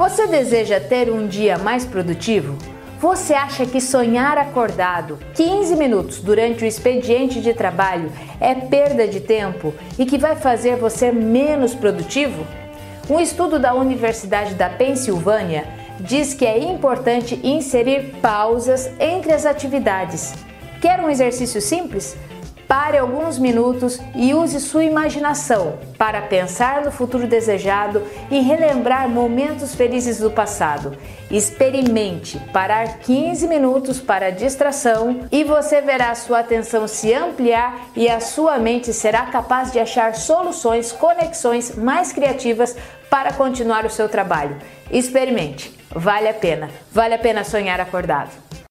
Você deseja ter um dia mais produtivo? Você acha que sonhar acordado 15 minutos durante o expediente de trabalho é perda de tempo e que vai fazer você menos produtivo? Um estudo da Universidade da Pensilvânia diz que é importante inserir pausas entre as atividades. Quer um exercício simples? Pare alguns minutos e use sua imaginação para pensar no futuro desejado e relembrar momentos felizes do passado. Experimente parar 15 minutos para distração e você verá sua atenção se ampliar e a sua mente será capaz de achar soluções, conexões mais criativas para continuar o seu trabalho. Experimente, vale a pena sonhar acordado.